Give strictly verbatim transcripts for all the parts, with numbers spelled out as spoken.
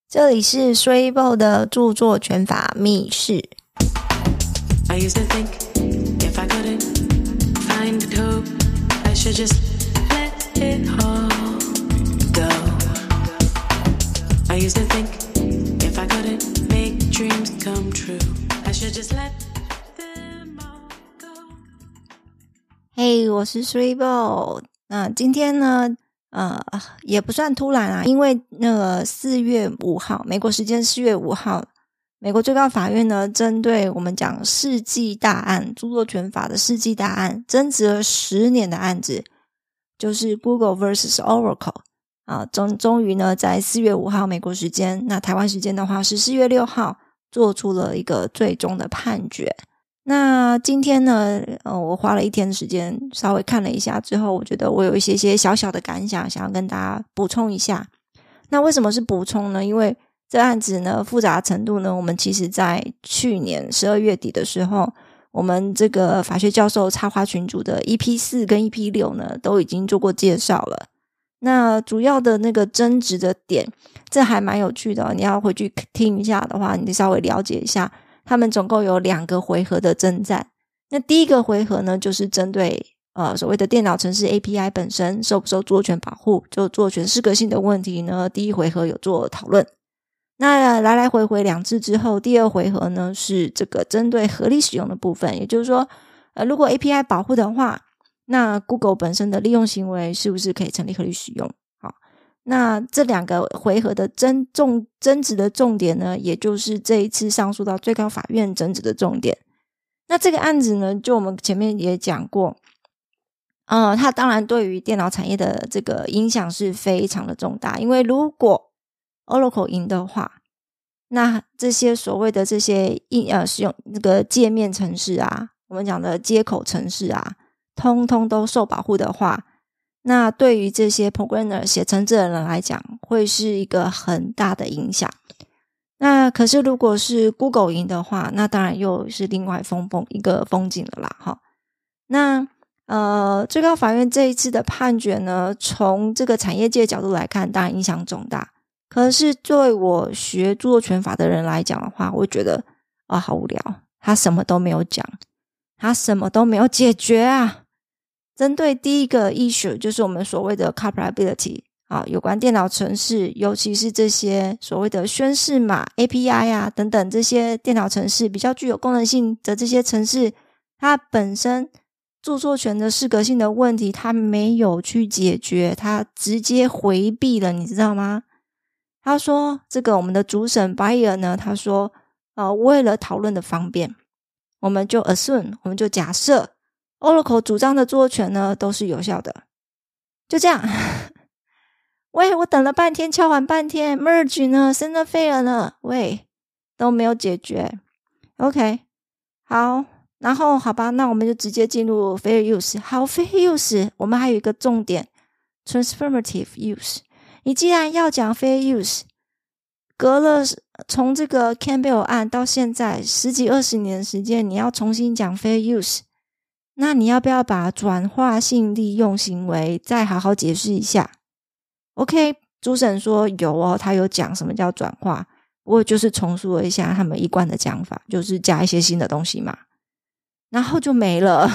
这里是 Shuibo 的著作权法密室。 I used to think if I couldn't find hope, I should just let it all go. I used to think if I couldn't make dreams come true, I should just let them all go. 嘿、hey, 我是 Shuibo。 那今天呢呃，也不算突然啊，因为那个四月五号，美国时间四月五号，美国最高法院呢，针对我们讲世纪大案，著作权法的世纪大案，争执了十年的案子，就是 Google versus Oracle 啊，终终于呢，在四月五号美国时间，那台湾时间的话是四月六号，做出了一个最终的判决。那今天呢呃，我花了一天的时间稍微看了一下之后，我觉得我有一些些小小的感想，想要跟大家补充一下。那为什么是补充呢？因为这案子呢复杂程度呢，我们其实在去年十二月底的时候，我们这个法学教授插花群组的 E P 四 跟 E P 六 呢都已经做过介绍了。那主要的那个争执的点，这还蛮有趣的哦，你要回去听一下的话，你稍微了解一下。他们总共有两个回合的征战。那第一个回合呢，就是针对呃所谓的电脑程式 A P I 本身受不受著作权保护，就著作权适格性的问题呢，第一回合有做讨论。那来来回回两次之后，第二回合呢是这个针对合理使用的部分，也就是说呃如果 A P I 保护的话，那 Google 本身的利用行为是不是可以成立合理使用。那这两个回合的争重争执的重点呢，也就是这一次上诉到最高法院争执的重点。那这个案子呢，就我们前面也讲过，呃，它当然对于电脑产业的这个影响是非常的重大，因为如果 Oracle 赢的话，那这些所谓的这些呃使用那个界面程式啊，我们讲的接口程式啊，通通都受保护的话，那对于这些 programmer 写程式的人来讲，会是一个很大的影响。那可是如果是 Google 赢的话，那当然又是另外风风一个风景了啦齁。那呃，最高法院这一次的判决呢，从这个产业界角度来看，当然影响重大。可是对我学著作权法的人来讲的话，我会觉得啊，好无聊，他什么都没有讲，他什么都没有解决啊。针对第一个 issue， 就是我们所谓的 copyrightability 啊，有关电脑程式，尤其是这些所谓的宣示码 A P I 啊等等，这些电脑程式比较具有功能性的这些程式，它本身著作权的适格性的问题，它没有去解决，它直接回避了，你知道吗？他说这个我们的主审 Bayer 呢，他说呃，为了讨论的方便，我们就 assume 我们就假设Oracle 主张的著作权呢都是有效的，就这样。喂，我等了半天，敲完半天 merge 呢 center fair 呢，喂，都没有解决。 OK， 好，然后好吧，那我们就直接进入 fair use。 好， fair use 我们还有一个重点 transformative use。 你既然要讲 fair use， 隔了从这个 Campbell 案到现在十几二十年的时间，你要重新讲 fair use，那你要不要把转化性利用行为再好好解释一下？ OK， 主审说有哦，他有讲什么叫转化，我就是重述了一下他们一贯的讲法，就是加一些新的东西嘛，然后就没了。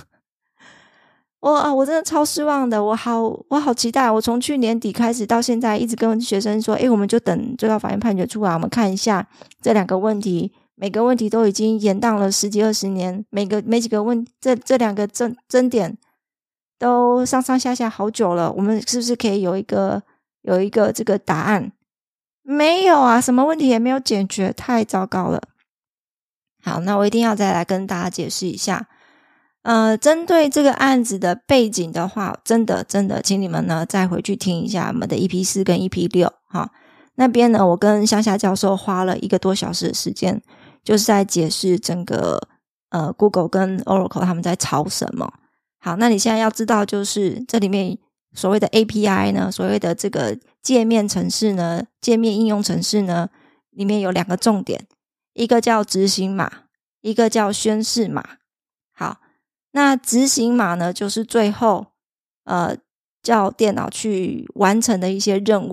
我我真的超失望的，我好我好期待，我从去年底开始到现在一直跟学生说，诶，我们就等最高法院判决出来，我们看一下这两个问题，每个问题都已经延宕了十几二十年，每个每几个问这这两个争争点都上上下下好久了，我们是不是可以有一个有一个这个答案？没有啊，什么问题也没有解决，太糟糕了。好，那我一定要再来跟大家解释一下。呃，针对这个案子的背景的话，真的真的请你们呢再回去听一下我们的 E P 四 跟 E P 六 哈。那边呢，我跟乡下教授花了一个多小时的时间，就是在解释整个呃 Google 跟 Oracle 他们在吵什么。好，那你现在要知道，就是这里面所谓的 A P I 呢，所谓的这个界面程式呢，界面应用程式呢，里面有两个重点，一个叫执行码，一个叫宣示码。好，那执行码呢，就是最后呃叫电脑去完成的一些任务，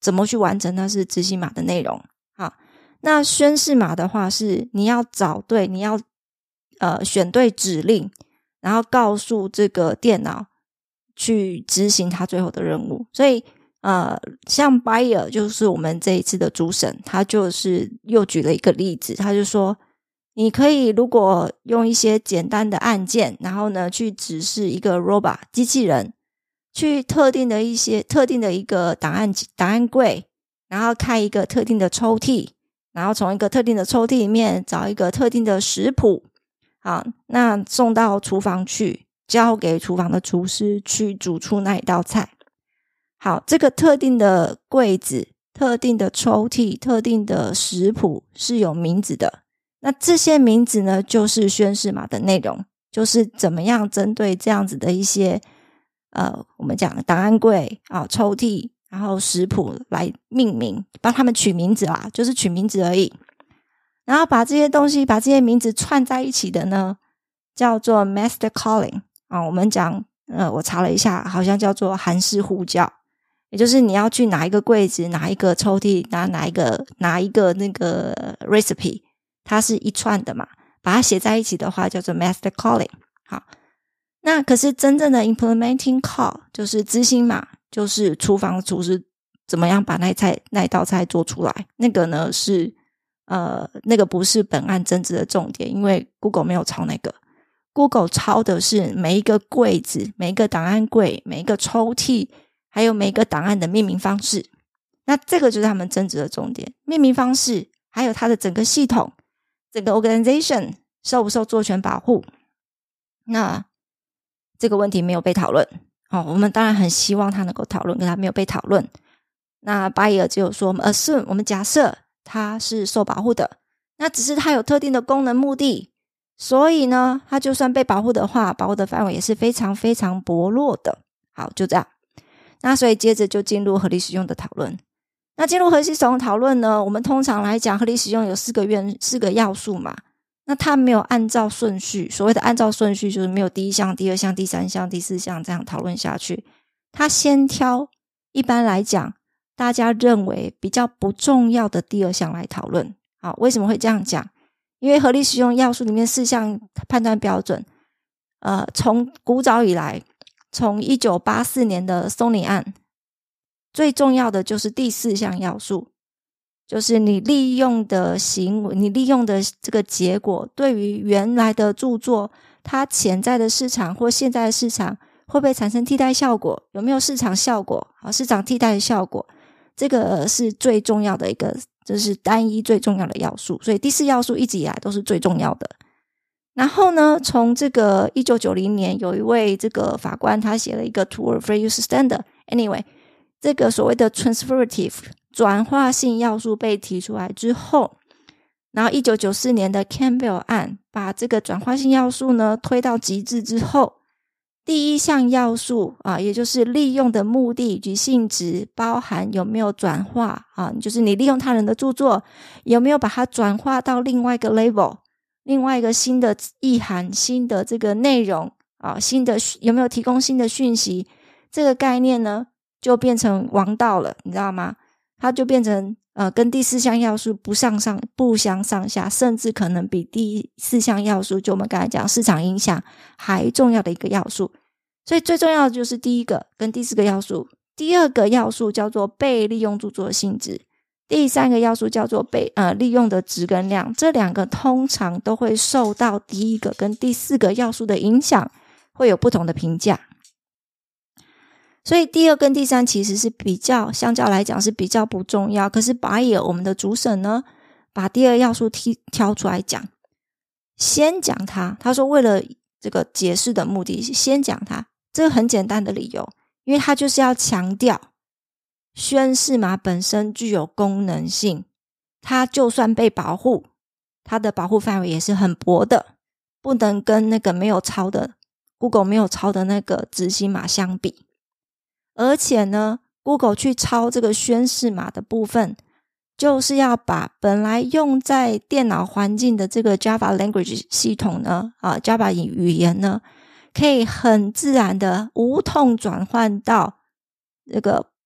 怎么去完成，那是执行码的内容。好，那宣示码的话是你要找对，你要呃选对指令，然后告诉这个电脑去执行它最后的任务。所以呃，像 Bayer 就是我们这一次的主审，他就是又举了一个例子，他就说你可以如果用一些简单的按键，然后呢去指示一个 robot 机器人去特定的一些特定的一个档案档案柜，然后开一个特定的抽屉，然后从一个特定的抽屉里面找一个特定的食谱，好，那送到厨房去，交给厨房的厨师去煮出那一道菜。好，这个特定的柜子、特定的抽屉、特定的食谱是有名字的。那这些名字呢，就是宣示码的内容，就是怎么样针对这样子的一些呃，我们讲档案柜啊、抽屉，然后食谱来命名，帮他们取名字啦，就是取名字而已。然后把这些东西、把这些名字串在一起的呢，叫做 master calling 啊。我们讲，呃，我查了一下，好像叫做韩式呼叫。也就是你要去拿一个柜子，拿一个抽屉，拿拿一个拿一个那个 recipe， 它是一串的嘛，把它写在一起的话叫做 master calling。 好，那可是真正的 implementing call 就是执行码，就是厨房厨师怎么样把那一菜那一道菜做出来。那个呢是呃那个不是本案争执的重点，因为 Google 没有抄那个， Google 抄的是每一个柜子、每一个档案柜、每一个抽屉，还有每个档案的命名方式。那这个就是他们争执的重点，命名方式还有它的整个系统，整个 organization 受不受作权保护。那这个问题没有被讨论、哦、我们当然很希望它能够讨论，可它没有被讨论。那 Bayer 只有说 assume 我们假设它是受保护的，那只是它有特定的功能目的，所以呢它就算被保护的话，保护的范围也是非常非常薄弱的。好，就这样。那所以接着就进入合理使用的讨论。那进入合理使用讨论呢，我们通常来讲合理使用有四个元四个要素嘛，那它没有按照顺序，所谓的按照顺序就是没有第一项、第二项、第三项、第四项这样讨论下去，它先挑一般来讲大家认为比较不重要的第二项来讨论。好，为什么会这样讲？因为合理使用要素里面四项判断标准呃，从古早以来，从一九八四年的松尼案，最重要的就是第四项要素，就是你利用的行为，你利用的这个结果对于原来的著作它潜在的市场或现在的市场会不会产生替代效果，有没有市场效果，好，市场替代的效果，这个是最重要的一个，就是单一最重要的要素。所以第四要素一直以来都是最重要的。然后呢，从这个一九九零年有一位这个法官他写了一个 Tool Fair Use Standard， anyway 这个所谓的 transformative 转化性要素被提出来之后，然后一九九四年的 Campbell 案把这个转化性要素呢推到极致之后，第一项要素啊，也就是利用的目的以及性质，包含有没有转化啊，就是你利用他人的著作有没有把它转化到另外一个 level，另外一个新的意涵，新的这个内容啊，新的有没有提供新的讯息，这个概念呢就变成王道了，你知道吗？它就变成呃跟第四项要素不上上不相上下，甚至可能比第四项要素，就我们刚才讲市场影响还重要的一个要素。所以最重要的就是第一个跟第四个要素，第二个要素叫做被利用著作的性质，第三个要素叫做被呃利用的值跟量，这两个通常都会受到第一个跟第四个要素的影响，会有不同的评价。所以第二跟第三其实是比较相较来讲是比较不重要，可是Bayer我们的主审呢把第二要素挑出来讲，先讲它，他说为了这个解释的目的先讲它，这个很简单的理由，因为他就是要强调宣示码本身具有功能性，它就算被保护，它的保护范围也是很薄的，不能跟那个没有抄的 Google 没有抄的那个执行码相比。而且呢 Google 去抄这个宣示码的部分，就是要把本来用在电脑环境的这个 Java language 系统呢啊 Java 语言呢可以很自然的无痛转换到这个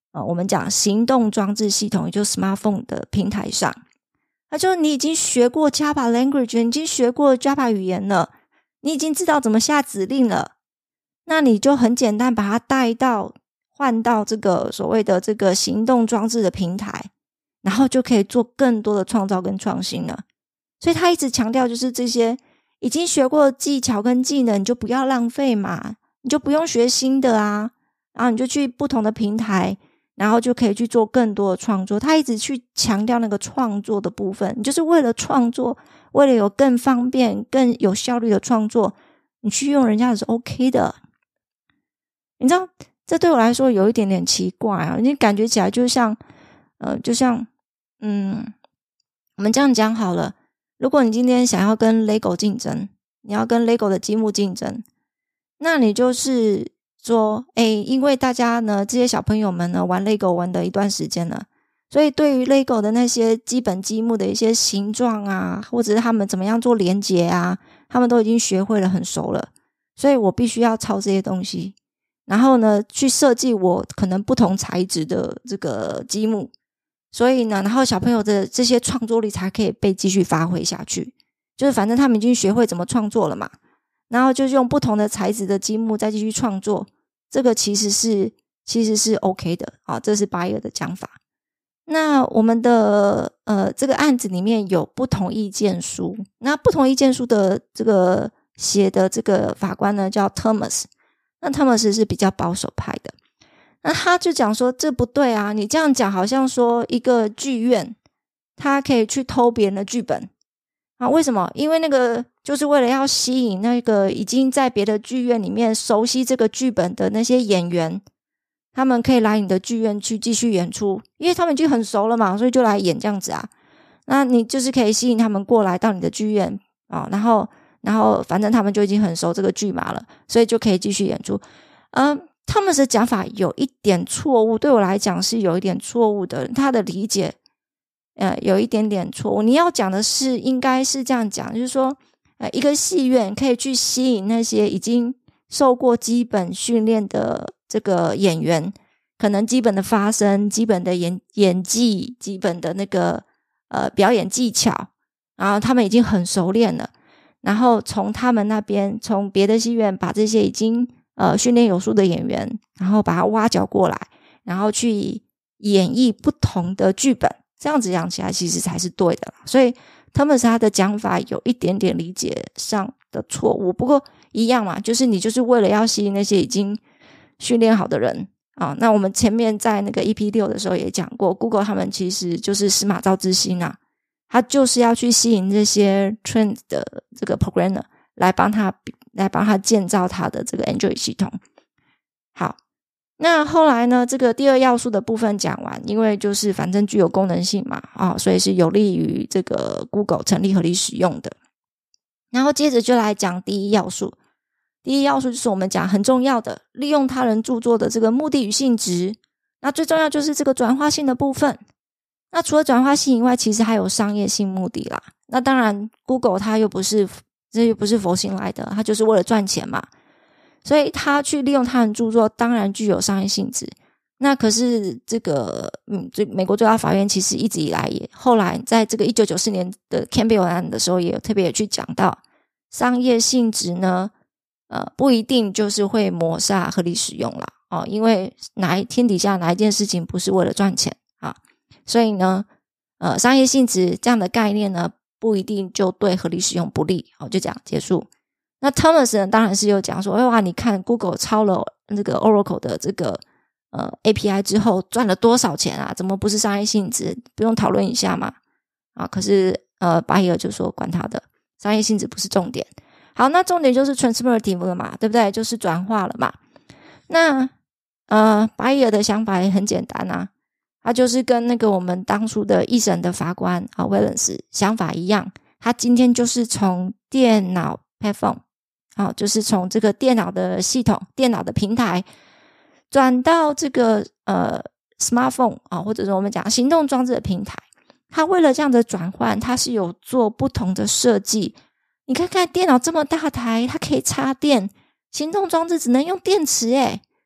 呃、我们讲行动装置系统，也就是 smartphone 的平台上。那就是你已经学过 Java language， 你已经学过 Java 语言了，你已经知道怎么下指令了，那你就很简单把它带到换到这个所谓的这个行动装置的平台，然后就可以做更多的创造跟创新了。所以他一直强调就是这些已经学过的技巧跟技能，你就不要浪费嘛，你就不用学新的啊，然后你就去不同的平台，然后就可以去做更多的创作。他一直去强调那个创作的部分，你就是为了创作，为了有更方便更有效率的创作，你去用人家的是 OK 的。你知道这对我来说有一点点奇怪啊，你感觉起来就像呃，就像嗯，我们这样讲好了，如果你今天想要跟 Lego 竞争，你要跟 Lego 的积木竞争，那你就是说诶，因为大家呢这些小朋友们呢玩 Lego 玩的一段时间了，所以对于 Lego 的那些基本积木的一些形状啊，或者是他们怎么样做连结啊，他们都已经学会了，很熟了，所以我必须要抄这些东西，然后呢去设计我可能不同材质的这个积木，所以呢然后小朋友的这些创作力才可以被继续发挥下去，就是反正他们已经学会怎么创作了嘛，然后就用不同的材质的积木再继续创作，这个其实是其实是 OK 的啊，这是巴耶尔的讲法。那我们的呃这个案子里面有不同意见书，那不同意见书的这个写的这个法官呢叫 Thomas， 那 Thomas 是比较保守派的，那他就讲说这不对啊，你这样讲好像说一个剧院他可以去偷别人的剧本啊？为什么？因为那个就是为了要吸引那个已经在别的剧院里面熟悉这个剧本的那些演员，他们可以来你的剧院去继续演出，因为他们已经很熟了嘛，所以就来演这样子啊。那你就是可以吸引他们过来到你的剧院啊，然后然后反正他们就已经很熟这个剧码了，所以就可以继续演出。嗯，他们的讲法有一点错误，对我来讲是有一点错误的，他的理解呃有一点点错误。你要讲的是应该是这样讲，就是说呃一个戏院可以去吸引那些已经受过基本训练的这个演员，可能基本的发声，基本的演演技，基本的那个呃表演技巧，然后他们已经很熟练了，然后从他们那边从别的戏院把这些已经呃训练有素的演员，然后把他挖角过来，然后去演绎不同的剧本，这样子讲起来其实才是对的。所以他们是他的讲法有一点点理解上的错误，不过一样嘛，就是你就是为了要吸引那些已经训练好的人啊。那我们前面在那个 E P 六 的时候也讲过， Google 他们其实就是司马昭之心啊，他就是要去吸引这些 trained 的这个 programmer 来帮他来帮他建造他的这个 Android 系统。好，那后来呢这个第二要素的部分讲完，因为就是反正具有功能性嘛啊，所以是有利于这个 Google 成立合理使用的。然后接着就来讲第一要素，第一要素就是我们讲很重要的利用他人著作的这个目的与性质，那最重要就是这个转化性的部分。那除了转化性以外，其实还有商业性目的啦。那当然 Google 它又不是这又不是佛心来的，它就是为了赚钱嘛，所以它去利用他人著作当然具有商业性质。那可是这个嗯，美国最高法院其实一直以来也后来在这个一九九四年的 Campbell 案的时候也有特别有去讲到，商业性质呢呃，不一定就是会抹杀合理使用啦哦，因为哪一天底下哪一件事情不是为了赚钱啊？所以呢呃，商业性质这样的概念呢不一定就对合理使用不利。好，就这样结束。那 Thomas 呢当然是有讲说，哎哇，你看 Google 抄了这个 Oracle 的这个呃 A P I 之后赚了多少钱啊，怎么不是商业性质，不用讨论一下嘛？啊，可是呃巴耶尔就说管他的，商业性质不是重点。好，那重点就是 transformative 了嘛，对不对？就是转化了嘛。那呃巴耶尔的想法也很简单啊，他就是跟那个我们当初的一审的法官啊 Wellens 想法一样，他今天就是从电脑 platform 啊，就是从这个电脑的系统电脑的平台转到这个呃 smartphone 啊，或者是我们讲行动装置的平台。他为了这样的转换，他是有做不同的设计。你看看电脑这么大台，它可以插电，行动装置只能用电池诶，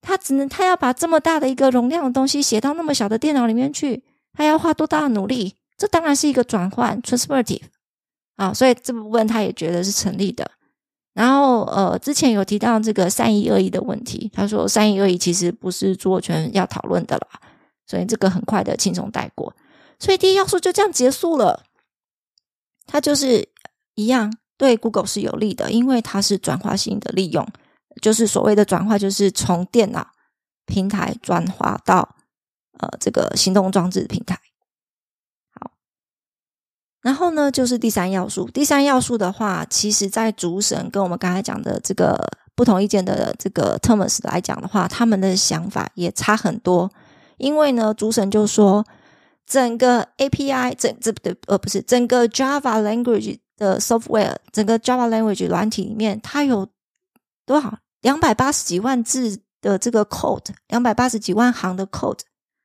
他只能他要把这么大的一个容量的东西写到那么小的电脑里面去，他要花多大的努力？这当然是一个转换 transformative 啊，所以这部分他也觉得是成立的。然后呃，之前有提到这个三一二一的问题，他说三一二一其实不是著作权要讨论的啦，所以这个很快的轻松带过。所以第一要素就这样结束了，它就是一样对 Google 是有利的，因为它是转化性的利用，就是所谓的转化就是从电脑平台转化到呃这个行动装置平台。好，然后呢就是第三要素，第三要素的话，其实在主审跟我们刚才讲的这个不同意见的这个 Thomas 来讲的话，他们的想法也差很多。因为呢主审就说整个 A P I 整这呃不是整个 Java language 的 software， 整个 Java language 软体里面，它有多少两百八十几万字的这个 code， 两百八十几万行的 code，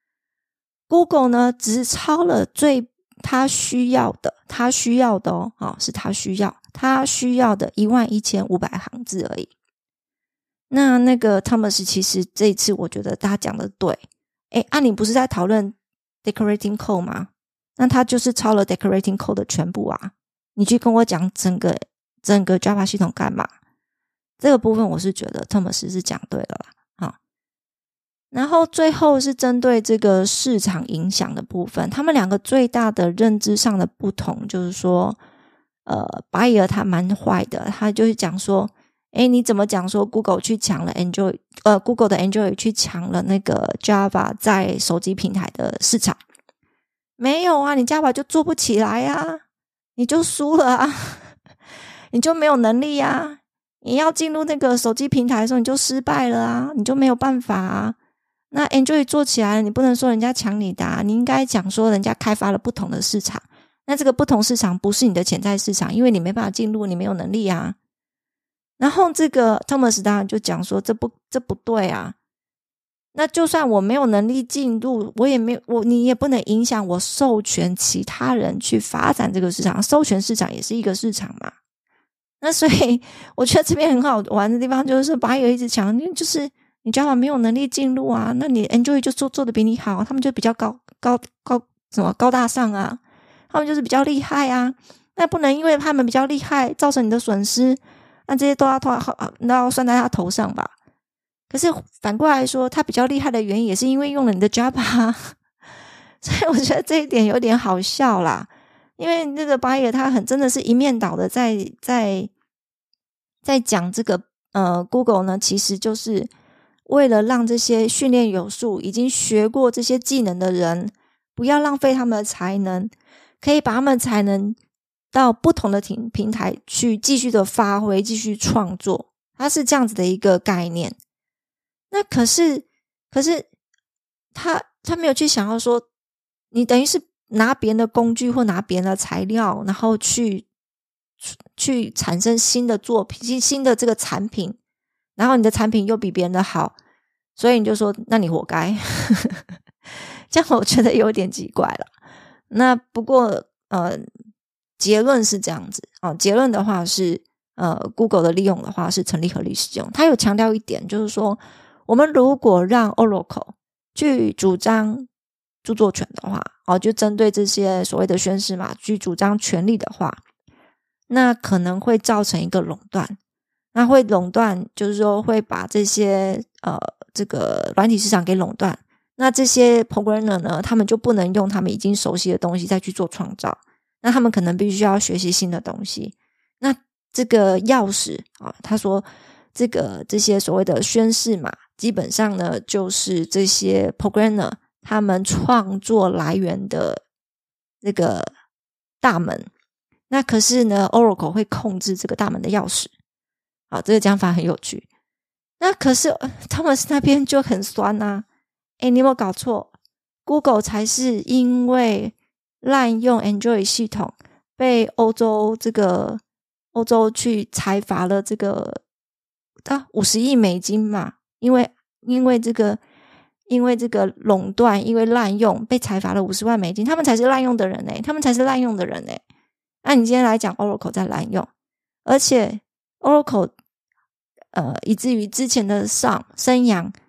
Google 呢只是抄了最他需要的他需要的哦，哦是他需要他需要的一万一千五百行字而已。那那个 Thomas 其实这一次我觉得他讲的对，诶啊你不是在讨论 decorating code 吗？那他就是抄了 decorating code 的全部啊，你去跟我讲整个整个 Java 系统干嘛？这个部分我是觉得 Thomas 是讲对了啦。好，然后最后是针对这个市场影响的部分，他们两个最大的认知上的不同就是说呃，巴伊尔他蛮坏的，他就是讲说诶你怎么讲说 Google 去抢了 Android 呃 Google 的 Android 去抢了那个 Java 在手机平台的市场？没有啊，你 Java 就做不起来啊，你就输了啊你就没有能力啊，你要进入那个手机平台的时候你就失败了啊，你就没有办法啊。那 Android 做起来了，你不能说人家抢你的啊，你应该讲说人家开发了不同的市场，那这个不同市场不是你的潜在市场，因为你没办法进入，你没有能力啊。然后这个 Thomas 当然就讲说这不这不对啊，那就算我没有能力进入，我也没有我你也不能影响我授权其他人去发展这个市场，授权市场也是一个市场嘛。那所以我觉得这边很好玩的地方就是巴伊尔一直讲就是你 Java 没有能力进入啊，那你 Android 就做做的比你好，他们就比较高高高什么高大上啊，他们就是比较厉害啊，那不能因为他们比较厉害造成你的损失，那这些都要都要算在他头上吧。可是反过来说，他比较厉害的原因也是因为用了你的 Java 所以我觉得这一点有点好笑啦。因为那个巴伊尔他很真的是一面倒的在在在讲这个呃 Google 呢，其实就是为了让这些训练有素已经学过这些技能的人不要浪费他们的才能，可以把他们才能到不同的平台去继续的发挥，继续创作，它是这样子的一个概念。那可是可是他他没有去想要说你等于是拿别人的工具或拿别人的材料，然后去去产生新的作品，新的这个产品，然后你的产品又比别人的好，所以你就说那你活该这样我觉得有点奇怪了。那不过呃结论是这样子哦，结论的话是呃 Google 的利用的话是成立合理使用。他有强调一点，就是说我们如果让 Oracle 去主张著作权的话哦，就针对这些所谓的宣示嘛去主张权利的话，那可能会造成一个垄断，那会垄断就是说会把这些呃这个软体市场给垄断，那这些 programmer 呢他们就不能用他们已经熟悉的东西再去做创造，那他们可能必须要学习新的东西。那这个钥匙啊，他说这个这些所谓的宣示嘛，基本上呢就是这些 programmer 他们创作来源的这个大门，那可是呢 Oracle 会控制这个大门的钥匙。好，这个讲法很有趣。那可是 Thomas 那边就很酸啊，诶你有没有搞错？ Google 才是因为滥用 Android 系统被欧洲这个欧洲去裁罚了这个啊五十亿美金嘛，因为因为这个因为这个垄断，因为滥用被裁罚了五十万美金，他们才是滥用的人欸，他们才是滥用的人欸。那你今天来讲 Oracle 在滥用，而且 Oracle 呃以至于之前的 Sun 升阳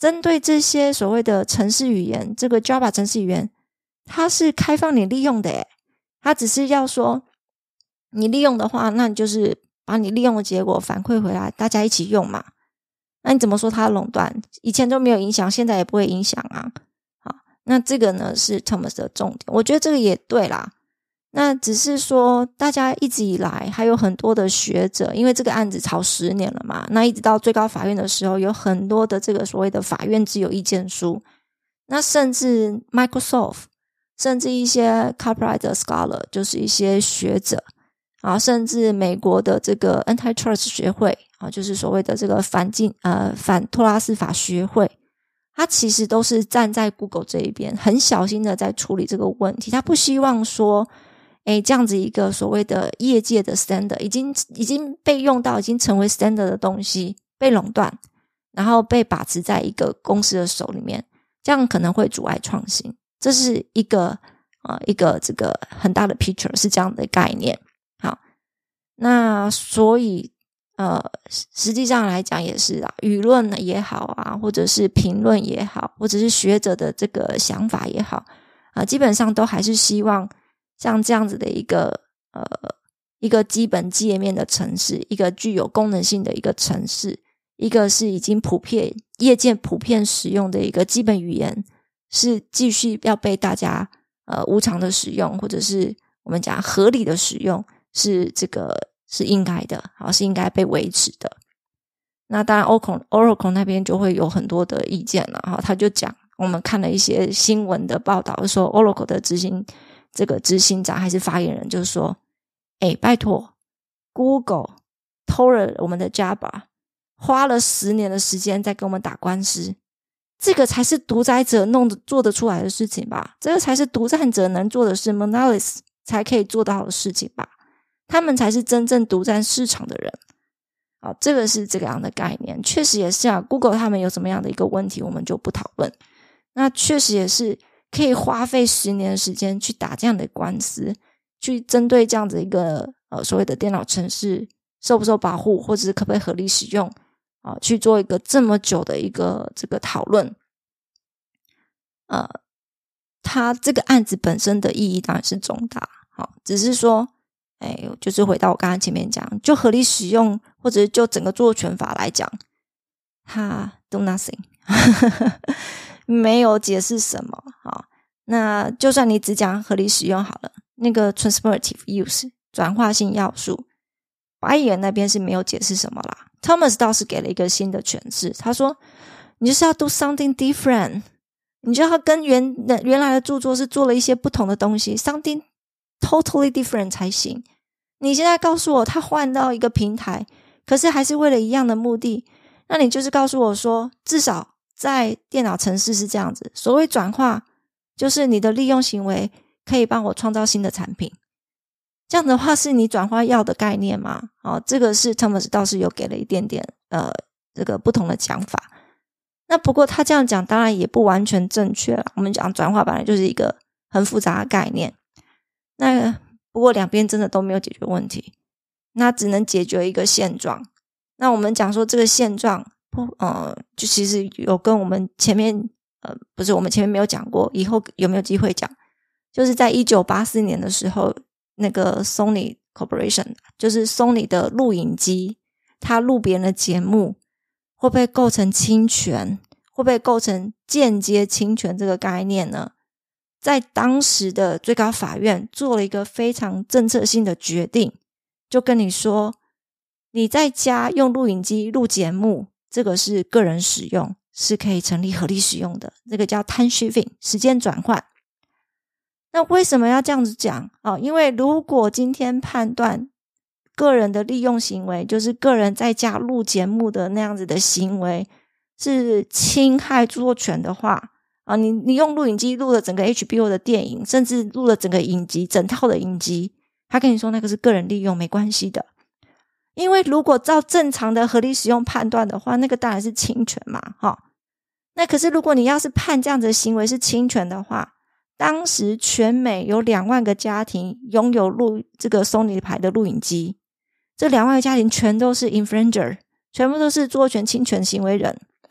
针对这些所谓的程式语言，这个 Java 程式语言它是开放你利用的耶，它只是要说你利用的话，那你就是把你利用的结果反馈回来，大家一起用嘛。那你怎么说它垄断？以前都没有影响，现在也不会影响啊。好，那这个呢是 Thomas 的重点，我觉得这个也对啦。那只是说大家一直以来还有很多的学者，因为这个案子吵十年了嘛，那一直到最高法院的时候，有很多的这个所谓的法院自有意见书，那甚至 Microsoft 甚至一些 Copyright Scholar 就是一些学者啊，甚至美国的这个 Antitrust 学会啊，就是所谓的这个反竞呃反托拉斯法学会，他其实都是站在 Google 这一边，很小心的在处理这个问题，他不希望说诶，这样子一个所谓的业界的 standard 已经已经被用到已经成为 standard 的东西被垄断，然后被把持在一个公司的手里面，这样可能会阻碍创新。这是一个呃一个这个很大的 picture 是这样的概念。好，那所以呃实际上来讲也是啊，舆论也好啊，或者是评论也好，或者是学者的这个想法也好啊、呃，基本上都还是希望像这样子的一个呃一个基本界面的程式，一个具有功能性的一个程式，一个是已经普遍业界普遍使用的一个基本语言，是继续要被大家呃无偿的使用，或者是我们讲合理的使用，是这个是应该的，好，是应该被维持的。那当然 Oracle, Oracle 那边就会有很多的意见了哈，他就讲我们看了一些新闻的报道说 Oracle 的执行这个执行长还是发言人就是说，诶，拜托 Google 偷了我们的 Java， 花了十年的时间在跟我们打官司，这个才是独裁者弄得做得出来的事情吧，这个才是独占者能做的事， Monopolist 才可以做到的事情吧，他们才是真正独占市场的人。好，这个是这个样的概念，确实也是啊 Google 他们有什么样的一个问题我们就不讨论，那确实也是可以花费十年的时间去打这样的官司，去针对这样子一个呃所谓的电脑程式受不受保护，或者是可不可以合理使用啊、呃，去做一个这么久的一个这个讨论。呃，它这个案子本身的意义当然是重大，好，只是说，哎，就是回到我刚刚前面讲，就合理使用或者就整个著作权法来讲，它 do nothing。没有解释什么啊？那就算你只讲合理使用好了，那个 transformative use 转化性要素，白眼那边是没有解释什么啦。Thomas 倒是给了一个新的诠释，他说你就是要 do something different， 你就要跟原原来的著作是做了一些不同的东西 something totally different 才行。你现在告诉我他换到一个平台，可是还是为了一样的目的，那你就是告诉我说至少在电脑程式是这样子，所谓转化就是你的利用行为可以帮我创造新的产品，这样的话是你转化要的概念吗？哦，这个是 Thomas 倒是有给了一点点呃这个不同的讲法。那不过他这样讲当然也不完全正确啦，我们讲转化本来就是一个很复杂的概念，那不过两边真的都没有解决问题，那只能解决一个现状。那我们讲说这个现状呃，就其实有跟我们前面呃，不是我们前面没有讲过，以后有没有机会讲，就是在一九八四年的时候，那个 Sony Corporation 就是 Sony 的录影机，它录别人的节目会不会构成侵权，会不会构成间接侵权这个概念呢？在当时的最高法院做了一个非常政策性的决定，就跟你说你在家用录影机录节目，这个是个人使用，是可以成立合理使用的，这个叫 time shifting 时间转换。那为什么要这样子讲、哦、因为如果今天判断个人的利用行为，就是个人在家录节目的那样子的行为是侵害著作权的话、啊、你你用录影机录了整个 H B O 的电影，甚至录了整个影集，整套的影集，他跟你说那个是个人利用，没关系的。因为如果照正常的合理使用判断的话，那个当然是侵权嘛、哦、那可是如果你要是判这样子的行为是侵权的话，当时全美有两万个家庭拥有录这个 Sony 牌的录影机，这两万个家庭全都是 infringer， 全部都是著作权侵权行为人。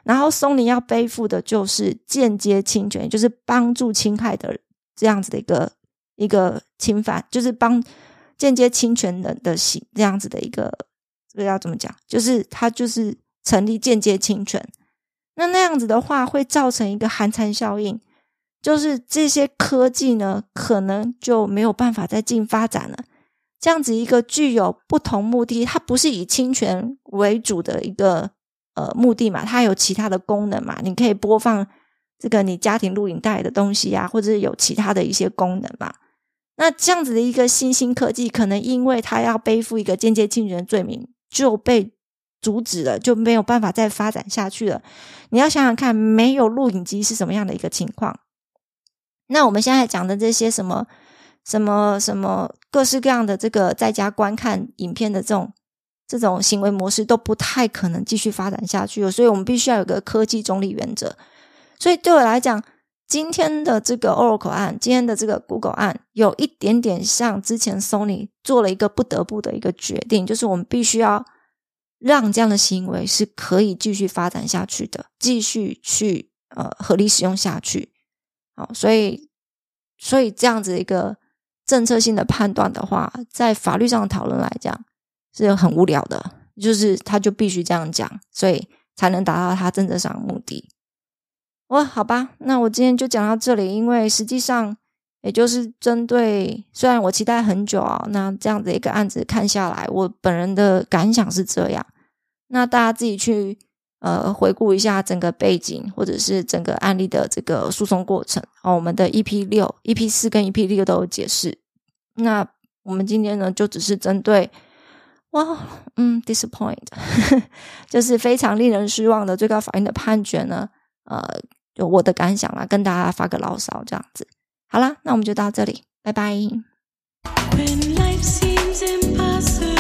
然后松尼要背负的就是间接侵权，也就是帮助侵害的这样子的一个一个侵犯，就是帮间接侵权人的行这样子的一个，这个要怎么讲，就是他就是成立间接侵权。那那样子的话会造成一个寒蝉效应，就是这些科技呢可能就没有办法再进发展了。这样子一个具有不同目的，它不是以侵权为主的一个呃目的嘛，它有其他的功能嘛，你可以播放这个你家庭录影带的东西啊，或者是有其他的一些功能嘛。那这样子的一个新兴科技，可能因为它要背负一个间接侵权的罪名，就被阻止了，就没有办法再发展下去了。你要想想看，没有录影机是什么样的一个情况。那我们现在讲的这些什么什么什么各式各样的这个在家观看影片的这种这种行为模式都不太可能继续发展下去了，所以我们必须要有个科技中立原则。所以对我来讲，今天的这个 Oracle 案，今天的这个 Google 案，有一点点像之前 Sony 做了一个不得不的一个决定，就是我们必须要让这样的行为是可以继续发展下去的，继续去呃合理使用下去。好，所以所以这样子一个政策性的判断的话，在法律上的讨论来讲是很无聊的，就是他就必须这样讲，所以才能达到他政策上的目的。哇，好吧，那我今天就讲到这里，因为实际上也就是针对，虽然我期待很久啊，那这样的一个案子看下来，我本人的感想是这样。那大家自己去呃回顾一下整个背景，或者是整个案例的这个诉讼过程。哦，我们的 E P 六、E P 四 跟 E P 六都有解释。那我们今天呢，就只是针对哇，嗯 disappoint 就是非常令人失望的最高法院的判决呢，呃，就我的感想啦，跟大家发个牢骚这样子。好啦，那我们就到这里，拜拜。 When life seems impossible